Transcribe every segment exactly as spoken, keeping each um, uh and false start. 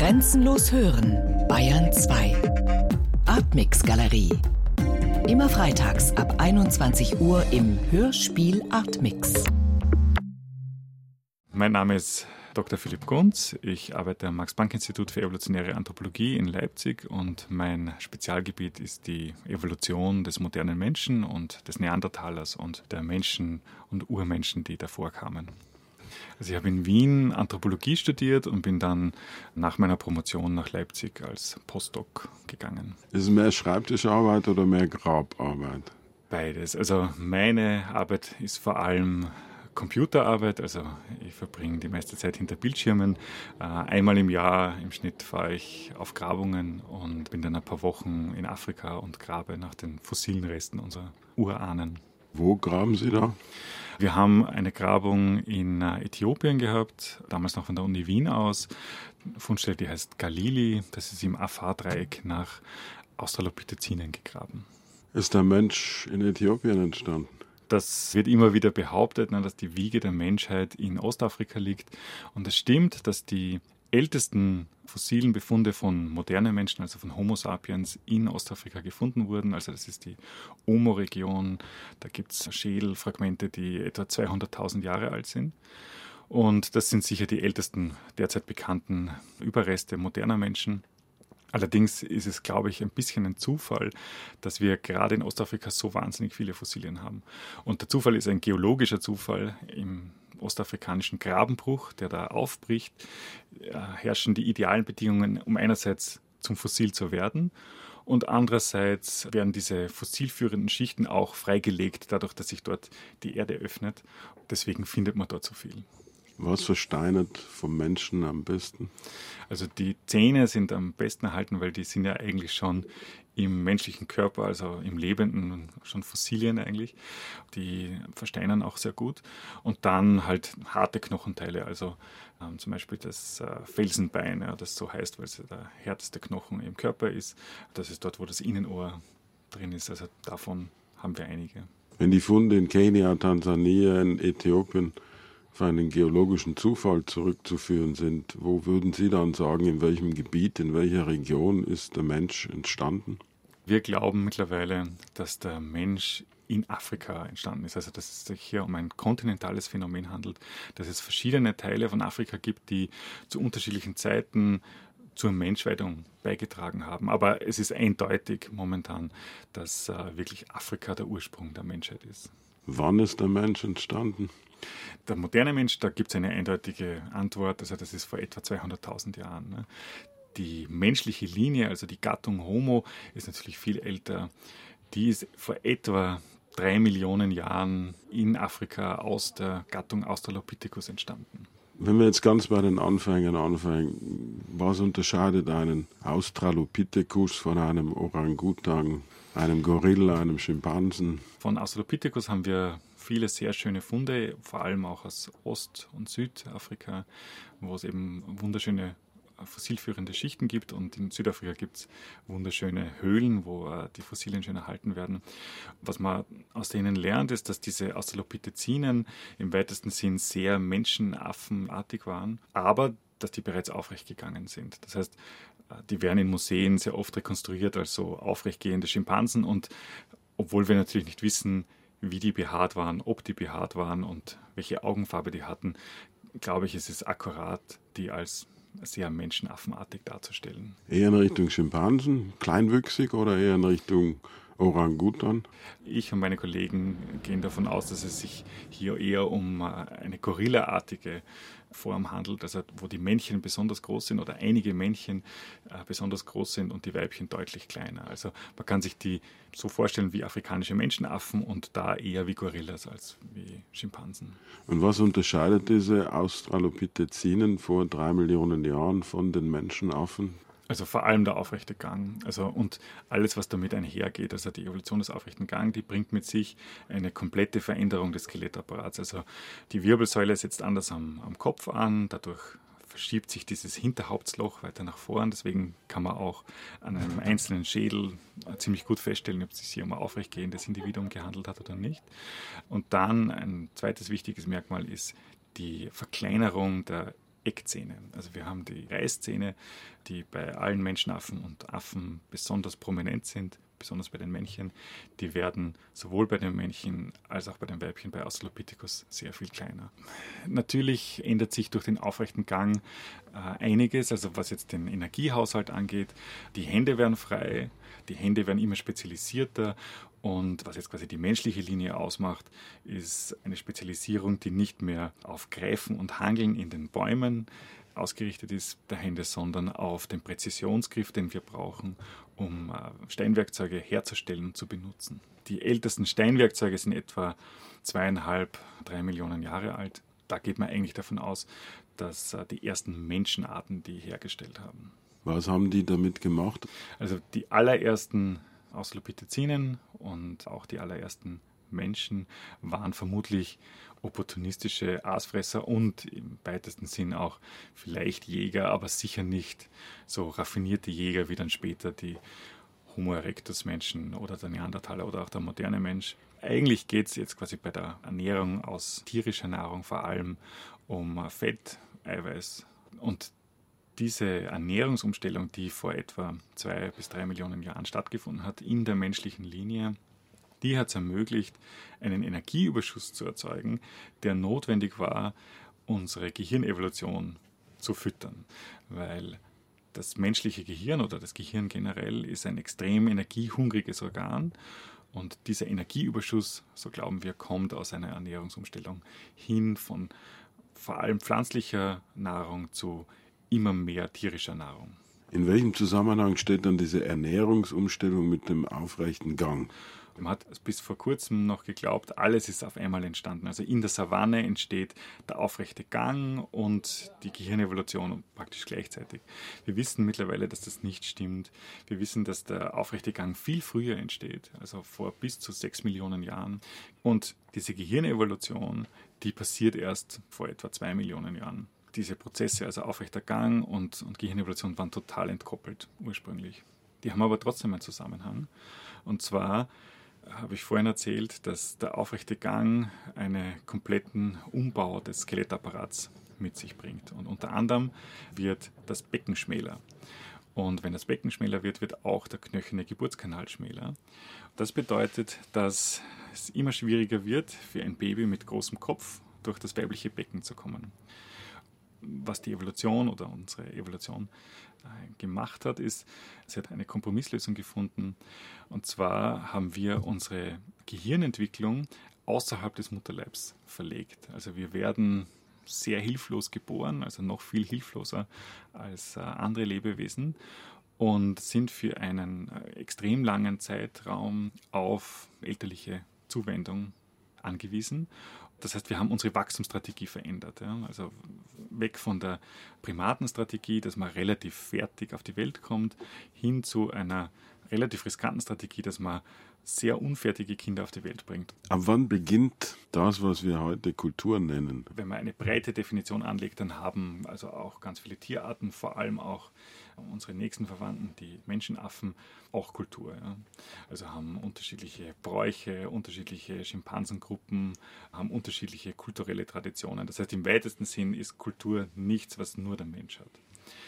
Grenzenlos hören, Bayern zwei. Artmix Galerie. Immer freitags ab einundzwanzig Uhr im Hörspiel Artmix. Mein Name ist Doktor Philipp Gunz. Ich arbeite am Max-Planck-Institut für evolutionäre Anthropologie in Leipzig und mein Spezialgebiet ist die Evolution des modernen Menschen und des Neandertalers und der Menschen und Urmenschen, die davor kamen. Also ich habe in Wien Anthropologie studiert und bin dann nach meiner Promotion nach Leipzig als Postdoc gegangen. Ist es mehr Schreibtischarbeit oder mehr Grabarbeit? Beides. Also meine Arbeit ist vor allem Computerarbeit, also ich verbringe die meiste Zeit hinter Bildschirmen. Einmal im Jahr im Schnitt fahre ich auf Grabungen und bin dann ein paar Wochen in Afrika und grabe nach den fossilen Resten unserer Urahnen. Wo graben Sie da? Wir haben eine Grabung in Äthiopien gehabt, damals noch von der Uni Wien aus. Eine Fundstelle, die heißt Galili, das ist im Afar-Dreieck nach Australopithecinen gegraben. Ist der Mensch in Äthiopien entstanden? Das wird immer wieder behauptet, dass die Wiege der Menschheit in Ostafrika liegt. Und es stimmt, dass die ältesten fossilen Befunde von modernen Menschen, also von Homo sapiens, in Ostafrika gefunden wurden. Also das ist die Omo-Region. Da gibt es Schädelfragmente, die etwa zweihunderttausend Jahre alt sind. Und das sind sicher die ältesten derzeit bekannten Überreste moderner Menschen. Allerdings ist es, glaube ich, ein bisschen ein Zufall, dass wir gerade in Ostafrika so wahnsinnig viele Fossilien haben. Und der Zufall ist ein geologischer Zufall. Im ostafrikanischen Grabenbruch, der da aufbricht, herrschen die idealen Bedingungen, um einerseits zum Fossil zu werden und andererseits werden diese fossilführenden Schichten auch freigelegt, dadurch, dass sich dort die Erde öffnet. Deswegen findet man dort so viel. Was versteinert vom Menschen am besten? Also die Zähne sind am besten erhalten, weil die sind ja eigentlich schon im menschlichen Körper, also im Lebenden, schon Fossilien eigentlich. Die versteinern auch sehr gut. Und dann halt harte Knochenteile, also ähm, zum Beispiel das äh, Felsenbein, ja, das so heißt, weil es der härteste Knochen im Körper ist. Das ist dort, wo das Innenohr drin ist. Also davon haben wir einige. Wenn die Funde in Kenia, Tansania, in Äthiopien auf einen geologischen Zufall zurückzuführen sind, wo würden Sie dann sagen, in welchem Gebiet, in welcher Region ist der Mensch entstanden? Wir glauben mittlerweile, dass der Mensch in Afrika entstanden ist. Also dass es sich hier um ein kontinentales Phänomen handelt, dass es verschiedene Teile von Afrika gibt, die zu unterschiedlichen Zeiten zur Menschwerdung beigetragen haben. Aber es ist eindeutig momentan, dass äh, wirklich Afrika der Ursprung der Menschheit ist. Wann ist der Mensch entstanden? Der moderne Mensch, da gibt es eine eindeutige Antwort, also das ist vor etwa zweihunderttausend Jahren. Ne? Die menschliche Linie, also die Gattung Homo, ist natürlich viel älter. Die ist vor etwa drei Millionen Jahren in Afrika aus der Gattung Australopithecus entstanden. Wenn wir jetzt ganz bei den Anfängen anfangen, was unterscheidet einen Australopithecus von einem Orangutan, einem Gorilla, einem Schimpansen? Von Australopithecus haben wir viele sehr schöne Funde, vor allem auch aus Ost- und Südafrika, wo es eben wunderschöne fossilführende Schichten gibt. Und in Südafrika gibt es wunderschöne Höhlen, wo die Fossilien schön erhalten werden. Was man aus denen lernt, ist, dass diese Australopithecinen im weitesten Sinn sehr menschenaffenartig waren, aber dass die bereits aufrecht gegangen sind. Das heißt, die werden in Museen sehr oft rekonstruiert als so aufrechtgehende Schimpansen. Und obwohl wir natürlich nicht wissen, wie die behaart waren, ob die behaart waren und welche Augenfarbe die hatten, glaube ich, es ist akkurat, die als sehr menschenaffenartig darzustellen. Eher in Richtung Schimpansen, kleinwüchsig, oder eher in Richtung Orangutan? Ich und meine Kollegen gehen davon aus, dass es sich hier eher um eine Gorilla-artige Form handelt, also wo die Männchen besonders groß sind oder einige Männchen äh, besonders groß sind und die Weibchen deutlich kleiner. Also man kann sich die so vorstellen wie afrikanische Menschenaffen und da eher wie Gorillas als wie Schimpansen. Und was unterscheidet diese Australopithecinen vor drei Millionen Jahren von den Menschenaffen? Also vor allem der aufrechte Gang, also und alles, was damit einhergeht, also die Evolution des aufrechten Gangs, die bringt mit sich eine komplette Veränderung des Skelettapparats. Also die Wirbelsäule setzt anders am, am Kopf an, dadurch verschiebt sich dieses Hinterhauptsloch weiter nach vorn. Deswegen kann man auch an einem einzelnen Schädel ziemlich gut feststellen, ob es sich hier um ein aufrechtgehendes Individuum gehandelt hat oder nicht. Und dann ein zweites wichtiges Merkmal ist die Verkleinerung der Eckzähne. Also wir haben die Reißzähne, die bei allen Menschenaffen und Affen besonders prominent sind, besonders bei den Männchen. Die werden sowohl bei den Männchen als auch bei den Weibchen bei Australopithecus sehr viel kleiner. Natürlich ändert sich durch den aufrechten Gang äh, einiges, also was jetzt den Energiehaushalt angeht. Die Hände werden frei, die Hände werden immer spezialisierter. Und was jetzt quasi die menschliche Linie ausmacht, ist eine Spezialisierung, die nicht mehr auf Greifen und Hangeln in den Bäumen ausgerichtet ist der Hände, sondern auf den Präzisionsgriff, den wir brauchen, um Steinwerkzeuge herzustellen und zu benutzen. Die ältesten Steinwerkzeuge sind etwa zweieinhalb, drei Millionen Jahre alt. Da geht man eigentlich davon aus, dass die ersten Menschenarten die hergestellt haben. Was haben die damit gemacht? Also die allerersten Australopithecinen und auch die allerersten Menschen waren vermutlich opportunistische Aasfresser und im weitesten Sinn auch vielleicht Jäger, aber sicher nicht so raffinierte Jäger wie dann später die Homo erectus Menschen oder der Neandertaler oder auch der moderne Mensch. Eigentlich geht es jetzt quasi bei der Ernährung aus tierischer Nahrung vor allem um Fett, Eiweiß und diese Ernährungsumstellung, die vor etwa zwei bis drei Millionen Jahren stattgefunden hat in der menschlichen Linie, die hat es ermöglicht, einen Energieüberschuss zu erzeugen, der notwendig war, unsere Gehirnevolution zu füttern. Weil das menschliche Gehirn oder das Gehirn generell ist ein extrem energiehungriges Organ. Und dieser Energieüberschuss, so glauben wir, kommt aus einer Ernährungsumstellung hin von vor allem pflanzlicher Nahrung zu immer mehr tierischer Nahrung. In welchem Zusammenhang steht dann diese Ernährungsumstellung mit dem aufrechten Gang? Man hat bis vor kurzem noch geglaubt, alles ist auf einmal entstanden. Also in der Savanne entsteht der aufrechte Gang und die Gehirnevolution praktisch gleichzeitig. Wir wissen mittlerweile, dass das nicht stimmt. Wir wissen, dass der aufrechte Gang viel früher entsteht, also vor bis zu sechs Millionen Jahren. Und diese Gehirnevolution, die passiert erst vor etwa zwei Millionen Jahren. Diese Prozesse, also aufrechter Gang und, und Gehirnevolution, waren total entkoppelt ursprünglich. Die haben aber trotzdem einen Zusammenhang. Und zwar habe ich vorhin erzählt, dass der aufrechte Gang einen kompletten Umbau des Skelettapparats mit sich bringt. Und unter anderem wird das Becken schmäler. Und wenn das Becken schmäler wird, wird auch der knöcherne Geburtskanal schmäler. Das bedeutet, dass es immer schwieriger wird, für ein Baby mit großem Kopf durch das weibliche Becken zu kommen. Was die Evolution oder unsere Evolution gemacht hat, ist, sie hat eine Kompromisslösung gefunden. Und zwar haben wir unsere Gehirnentwicklung außerhalb des Mutterleibs verlegt. Also wir werden sehr hilflos geboren, also noch viel hilfloser als andere Lebewesen und sind für einen extrem langen Zeitraum auf elterliche Zuwendung angewiesen. Das heißt, wir haben unsere Wachstumsstrategie verändert. Ja? Also weg von der Primatenstrategie, dass man relativ fertig auf die Welt kommt, hin zu einer relativ riskanten Strategie, dass man sehr unfertige Kinder auf die Welt bringt. Ab wann beginnt das, was wir heute Kultur nennen? Wenn man eine breite Definition anlegt, dann haben also auch ganz viele Tierarten, vor allem auch unsere nächsten Verwandten, die Menschenaffen, auch Kultur. Ja. Also haben unterschiedliche Bräuche, unterschiedliche Schimpansengruppen, haben unterschiedliche kulturelle Traditionen. Das heißt, im weitesten Sinn ist Kultur nichts, was nur der Mensch hat.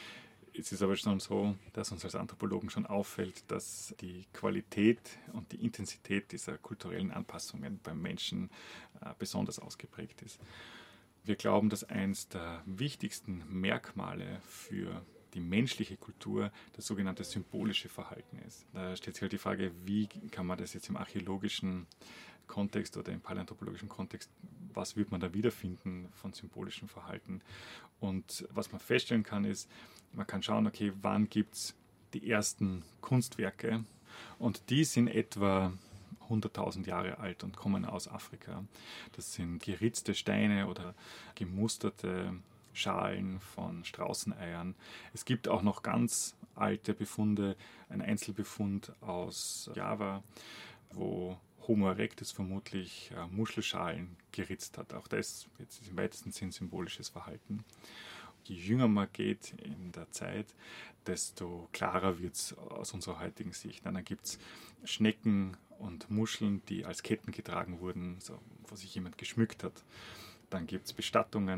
Es ist aber schon so, dass uns als Anthropologen schon auffällt, dass die Qualität und die Intensität dieser kulturellen Anpassungen beim Menschen äh, besonders ausgeprägt ist. Wir glauben, dass eines der wichtigsten Merkmale für die menschliche Kultur das sogenannte symbolische Verhalten ist. Da stellt sich halt die Frage, wie kann man das jetzt im archäologischen Kontext oder im paläontologischen Kontext, was wird man da wiederfinden von symbolischem Verhalten? Und was man feststellen kann, ist, man kann schauen, okay, wann gibt es die ersten Kunstwerke? Und die sind etwa hunderttausend Jahre alt und kommen aus Afrika. Das sind geritzte Steine oder gemusterte Schalen von Straußeneiern. Es gibt auch noch ganz alte Befunde, ein Einzelbefund aus Java, wo Homo erectus vermutlich äh, Muschelschalen geritzt hat. Auch das jetzt ist im weitesten Sinn symbolisches Verhalten. Je jünger man geht in der Zeit, desto klarer wird es aus unserer heutigen Sicht. Dann gibt es Schnecken und Muscheln, die als Ketten getragen wurden, so, wo sich jemand geschmückt hat. Dann gibt es Bestattungen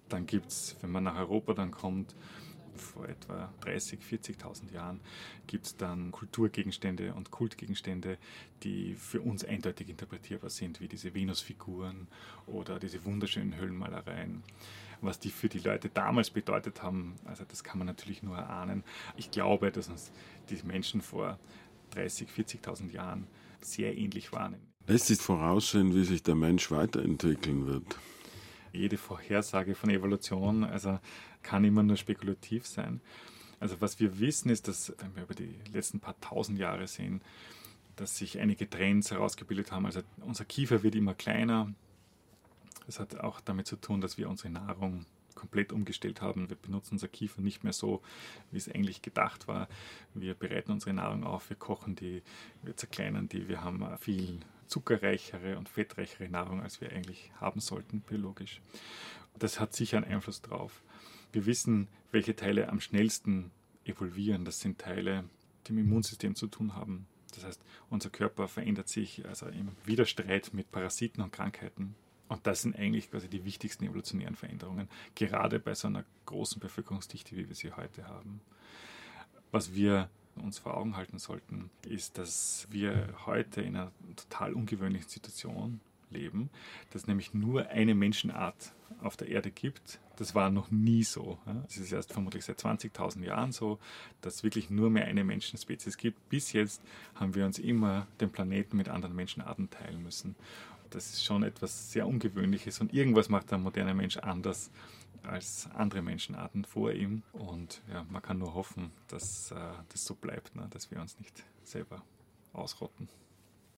Dann gibt es, wenn man nach Europa dann kommt, vor etwa dreißigtausend, vierzigtausend Jahren, gibt es dann Kulturgegenstände und Kultgegenstände, die für uns eindeutig interpretierbar sind, wie diese Venusfiguren oder diese wunderschönen Höhlenmalereien. Was die für die Leute damals bedeutet haben, also das kann man natürlich nur erahnen. Ich glaube, dass uns die Menschen vor dreißigtausend, vierzigtausend Jahren sehr ähnlich waren. Lässt sich voraussehen, wie sich der Mensch weiterentwickeln wird? Jede Vorhersage von Evolution also kann immer nur spekulativ sein. Also was wir wissen ist, dass, wenn wir über die letzten paar tausend Jahre sehen, dass sich einige Trends herausgebildet haben. Also unser Kiefer wird immer kleiner. Das hat auch damit zu tun, dass wir unsere Nahrung komplett umgestellt haben. Wir benutzen unser Kiefer nicht mehr so, wie es eigentlich gedacht war. Wir bereiten unsere Nahrung auf, wir kochen die, wir zerkleinern die, wir haben viel zuckerreichere und fettreichere Nahrung, als wir eigentlich haben sollten, biologisch. Das hat sicher einen Einfluss drauf. Wir wissen, welche Teile am schnellsten evolvieren. Das sind Teile, die mit dem Immunsystem zu tun haben. Das heißt, unser Körper verändert sich also im Widerstreit mit Parasiten und Krankheiten. Und das sind eigentlich quasi die wichtigsten evolutionären Veränderungen, gerade bei so einer großen Bevölkerungsdichte, wie wir sie heute haben. Was wir uns vor Augen halten sollten, ist, dass wir heute in einer total ungewöhnlichen Situation leben, dass es nämlich nur eine Menschenart auf der Erde gibt. Das war noch nie so. Es ist erst vermutlich seit zwanzigtausend Jahren so, dass es wirklich nur mehr eine Menschenspezies gibt. Bis jetzt haben wir uns immer den Planeten mit anderen Menschenarten teilen müssen. Das ist schon etwas sehr Ungewöhnliches und irgendwas macht der moderne Mensch anders als andere Menschenarten vor ihm. Und ja, man kann nur hoffen, dass äh, das so bleibt, ne? Dass wir uns nicht selber ausrotten.